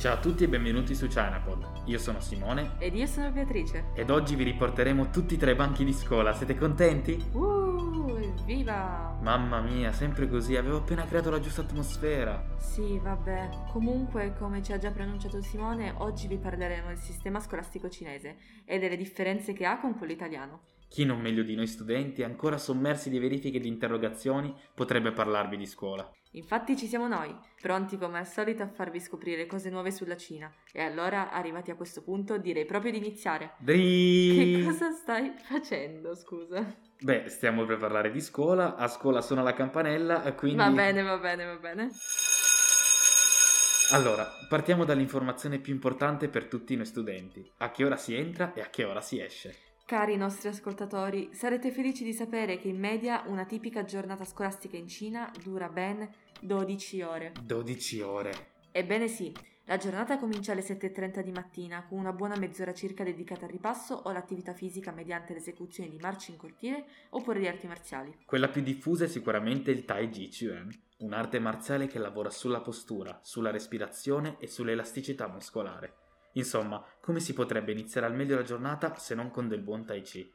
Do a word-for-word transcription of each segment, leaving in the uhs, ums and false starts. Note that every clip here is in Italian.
Ciao a tutti e benvenuti su ChinaPod. Io sono Simone Ed io sono Beatrice. ed oggi vi riporteremo tutti tra i banchi di scuola. Siete contenti? Uh, evviva! Mamma mia, sempre così, avevo appena creato la giusta atmosfera. Sì, vabbè. Comunque, come ci ha già pronunciato Simone, oggi vi parleremo del sistema scolastico cinese e delle differenze che ha con quello italiano. Chi non meglio di noi studenti, ancora sommersi di verifiche e di interrogazioni, potrebbe parlarvi di scuola. Infatti ci siamo noi, pronti come al solito a farvi scoprire cose nuove sulla Cina. E allora, arrivati a questo punto, direi proprio di iniziare. Dri! Che cosa stai facendo, scusa? Beh, stiamo per parlare di scuola, a scuola suona la campanella, quindi... Va bene, va bene, va bene. Allora, partiamo dall'informazione più importante per tutti noi studenti. A che ora si entra e a che ora si esce. Cari nostri ascoltatori, sarete felici di sapere che in media una tipica giornata scolastica in Cina dura ben dodici ore. dodici ore. Ebbene sì, la giornata comincia alle sette e trenta di mattina con una buona mezz'ora circa dedicata al ripasso o all'attività fisica mediante l'esecuzione di marce in cortile oppure di arti marziali. Quella più diffusa è sicuramente il Tai Chi Chuan, un'arte marziale che lavora sulla postura, sulla respirazione e sull'elasticità muscolare. Insomma, come si potrebbe iniziare al meglio la giornata se non con del buon Tai Chi?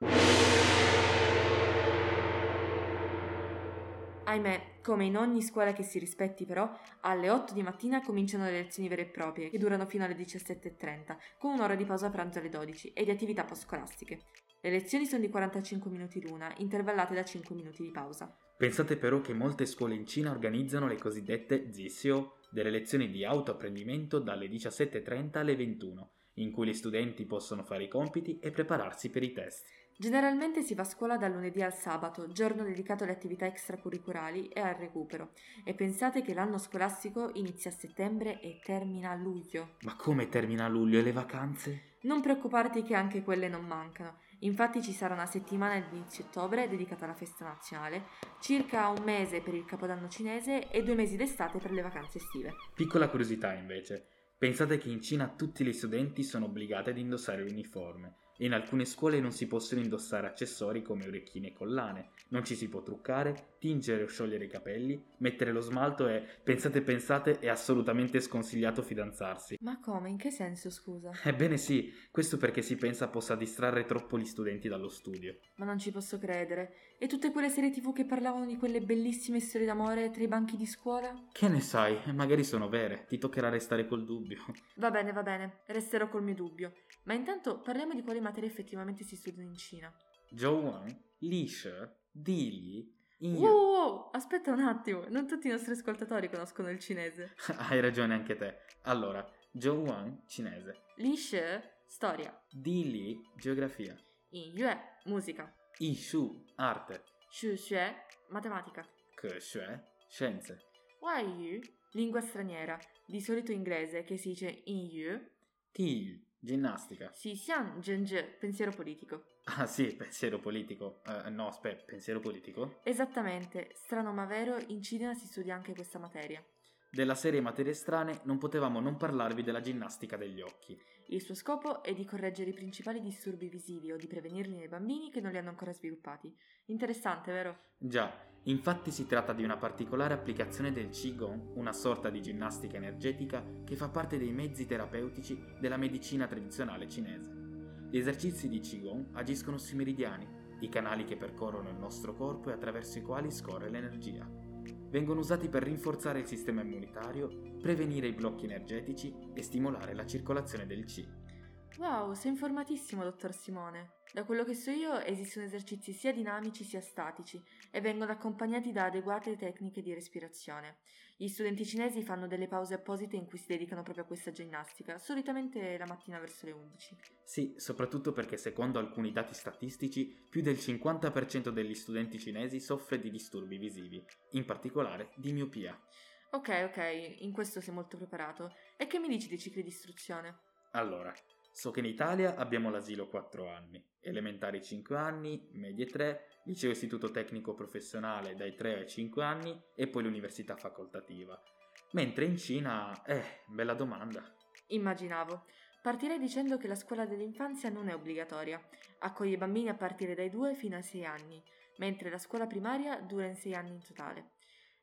Ahimè, come in ogni scuola che si rispetti però, alle otto di mattina cominciano le lezioni vere e proprie, che durano fino alle diciassette e trenta, con un'ora di pausa a pranzo alle dodici e di attività post-scolastiche. Le lezioni sono di quarantacinque minuti l'una, intervallate da cinque minuti di pausa. Pensate però che molte scuole in Cina organizzano le cosiddette Zixio, delle lezioni di autoapprendimento dalle diciassette e trenta alle ventuno, in cui gli studenti possono fare i compiti e prepararsi per i test. Generalmente si va a scuola dal lunedì al sabato, giorno dedicato alle attività extracurriculari e al recupero. E pensate che l'anno scolastico inizia a settembre e termina a luglio. Ma come termina a luglio e le vacanze? Non preoccuparti che anche quelle non mancano. Infatti ci sarà una settimana all'inizio ottobre dedicata alla festa nazionale, circa un mese per il capodanno cinese e due mesi d'estate per le vacanze estive. Piccola curiosità invece, pensate che in Cina tutti gli studenti sono obbligati ad indossare l'uniforme e in alcune scuole non si possono indossare accessori come orecchine e collane, non ci si può truccare, tingere o sciogliere i capelli, mettere lo smalto e, pensate pensate, è assolutamente sconsigliato fidanzarsi. Ma come? In che senso, scusa? Ebbene sì, questo perché si pensa possa distrarre troppo gli studenti dallo studio. Ma non ci posso credere. E tutte quelle serie tv che parlavano di quelle bellissime storie d'amore tra i banchi di scuola? Che ne sai, magari sono vere, ti toccherà restare col dubbio. Va bene, va bene, resterò col mio dubbio. Ma intanto parliamo di quali materie effettivamente si studiano in Cina. Zhouwan, Li Shi, Dili, Wow, Yin. wow, wow, aspetta un attimo, non tutti i nostri ascoltatori conoscono il cinese. Hai ragione anche te. Allora, Zhouwan, cinese. Li Shi, storia. Dili, geografia. Yin Yue, musica. Yishu, arte. Shu Xue, matematica. Ke-shue, scienze. Wai Yu, lingua straniera, di solito inglese che si dice Yin Yu. Ti, ginnastica. Si Xian Zhenzhe, pensiero politico. Ah sì, pensiero politico. Eh, no, aspetta, pensiero politico? Esattamente, strano ma vero, in Cina si studia anche questa materia. Della serie materie strane non potevamo non parlarvi della ginnastica degli occhi. Il suo scopo è di correggere i principali disturbi visivi o di prevenirli nei bambini che non li hanno ancora sviluppati. Interessante, vero? Già, infatti si tratta di una particolare applicazione del Qigong, una sorta di ginnastica energetica che fa parte dei mezzi terapeutici della medicina tradizionale cinese. Gli esercizi di Qigong agiscono sui meridiani, i canali che percorrono il nostro corpo e attraverso i quali scorre l'energia. Vengono usati per rinforzare il sistema immunitario, prevenire i blocchi energetici e stimolare la circolazione del Qi. Wow, sei informatissimo, dottor Simone. Da quello che so io esistono esercizi sia dinamici sia statici e vengono accompagnati da adeguate tecniche di respirazione. Gli studenti cinesi fanno delle pause apposite in cui si dedicano proprio a questa ginnastica, solitamente la mattina verso le undici. Sì, soprattutto perché secondo alcuni dati statistici più del cinquanta per cento degli studenti cinesi soffre di disturbi visivi, in particolare di miopia. Ok, ok, in questo sei molto preparato. E che mi dici dei cicli di istruzione? Allora, so che in Italia abbiamo l'asilo quattro anni, elementari cinque anni, medie tre, liceo istituto tecnico professionale dai tre ai cinque anni e poi l'università facoltativa. Mentre in Cina, eh, bella domanda. Immaginavo. Partirei dicendo che la scuola dell'infanzia non è obbligatoria, accoglie i bambini a partire dai due fino ai sei anni, mentre la scuola primaria dura in sei anni in totale.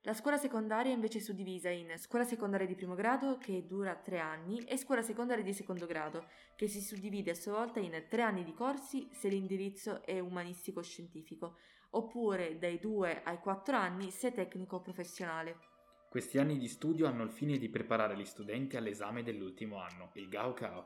La scuola secondaria è invece suddivisa in scuola secondaria di primo grado, che dura tre anni, e scuola secondaria di secondo grado, che si suddivide a sua volta in tre anni di corsi se l'indirizzo è umanistico-scientifico, oppure dai due ai quattro anni se tecnico-professionale. Questi anni di studio hanno il fine di preparare gli studenti all'esame dell'ultimo anno, il Gaokao.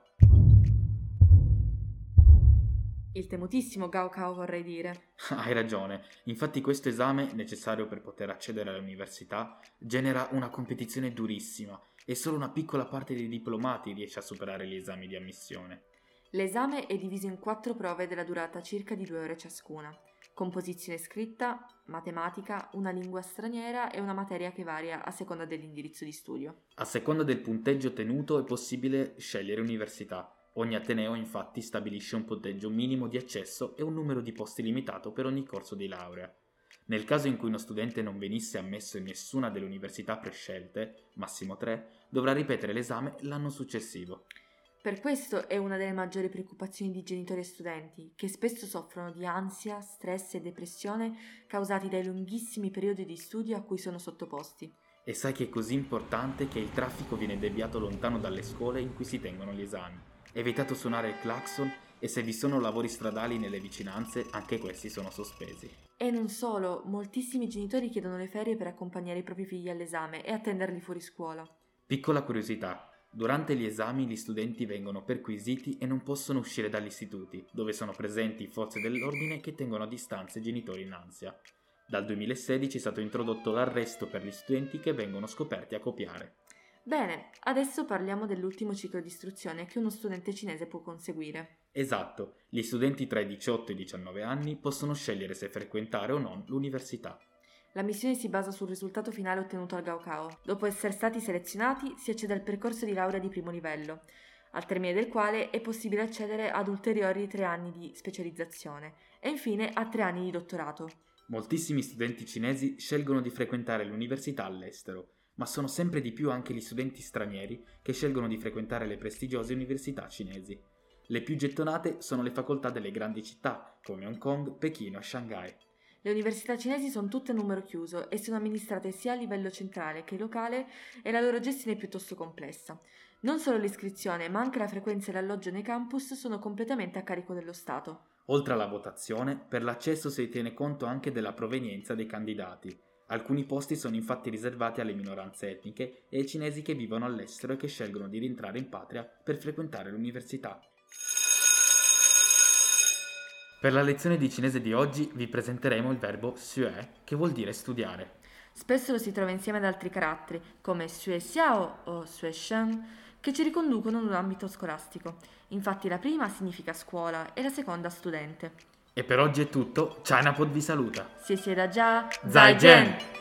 Il temutissimo Gaokao, vorrei dire. Hai ragione, infatti questo esame, necessario per poter accedere all'università, genera una competizione durissima e solo una piccola parte dei diplomati riesce a superare gli esami di ammissione. L'esame è diviso in quattro prove della durata circa di due ore ciascuna. Composizione scritta, matematica, una lingua straniera e una materia che varia a seconda dell'indirizzo di studio. A seconda del punteggio ottenuto è possibile scegliere università. Ogni ateneo infatti stabilisce un punteggio minimo di accesso e un numero di posti limitato per ogni corso di laurea. Nel caso in cui uno studente non venisse ammesso in nessuna delle università prescelte, massimo tre, dovrà ripetere l'esame l'anno successivo. Per questo è una delle maggiori preoccupazioni di genitori e studenti, che spesso soffrono di ansia, stress e depressione causati dai lunghissimi periodi di studio a cui sono sottoposti. E sai che è così importante che il traffico viene deviato lontano dalle scuole in cui si tengono gli esami. Evitato suonare il clacson e se vi sono lavori stradali nelle vicinanze, anche questi sono sospesi. E non solo, moltissimi genitori chiedono le ferie per accompagnare i propri figli all'esame e attenderli fuori scuola. Piccola curiosità, durante gli esami gli studenti vengono perquisiti e non possono uscire dagli istituti, dove sono presenti forze dell'ordine che tengono a distanza i genitori in ansia. Dal duemilasedici è stato introdotto l'arresto per gli studenti che vengono scoperti a copiare. Bene, adesso parliamo dell'ultimo ciclo di istruzione che uno studente cinese può conseguire. Esatto, gli studenti tra i diciotto e i diciannove anni possono scegliere se frequentare o non l'università. La missione si basa sul risultato finale ottenuto al Gaokao. Dopo essere stati selezionati si accede al percorso di laurea di primo livello, al termine del quale è possibile accedere ad ulteriori tre anni di specializzazione e infine a tre anni di dottorato. Moltissimi studenti cinesi scelgono di frequentare l'università all'estero, ma sono sempre di più anche gli studenti stranieri che scelgono di frequentare le prestigiose università cinesi. Le più gettonate sono le facoltà delle grandi città, come Hong Kong, Pechino e Shanghai. Le università cinesi sono tutte a numero chiuso e sono amministrate sia a livello centrale che locale e la loro gestione è piuttosto complessa. Non solo l'iscrizione, ma anche la frequenza e l'alloggio nei campus sono completamente a carico dello Stato. Oltre alla votazione, per l'accesso si tiene conto anche della provenienza dei candidati. Alcuni posti sono infatti riservati alle minoranze etniche e ai cinesi che vivono all'estero e che scelgono di rientrare in patria per frequentare l'università. Per la lezione di cinese di oggi vi presenteremo il verbo sue, che vuol dire studiare. Spesso lo si trova insieme ad altri caratteri, come sue xiao o sue shen, che ci riconducono ad un ambito scolastico. Infatti la prima significa scuola e la seconda studente. E per oggi è tutto, Chinapod vi saluta. Xie xie da già, Zaijian!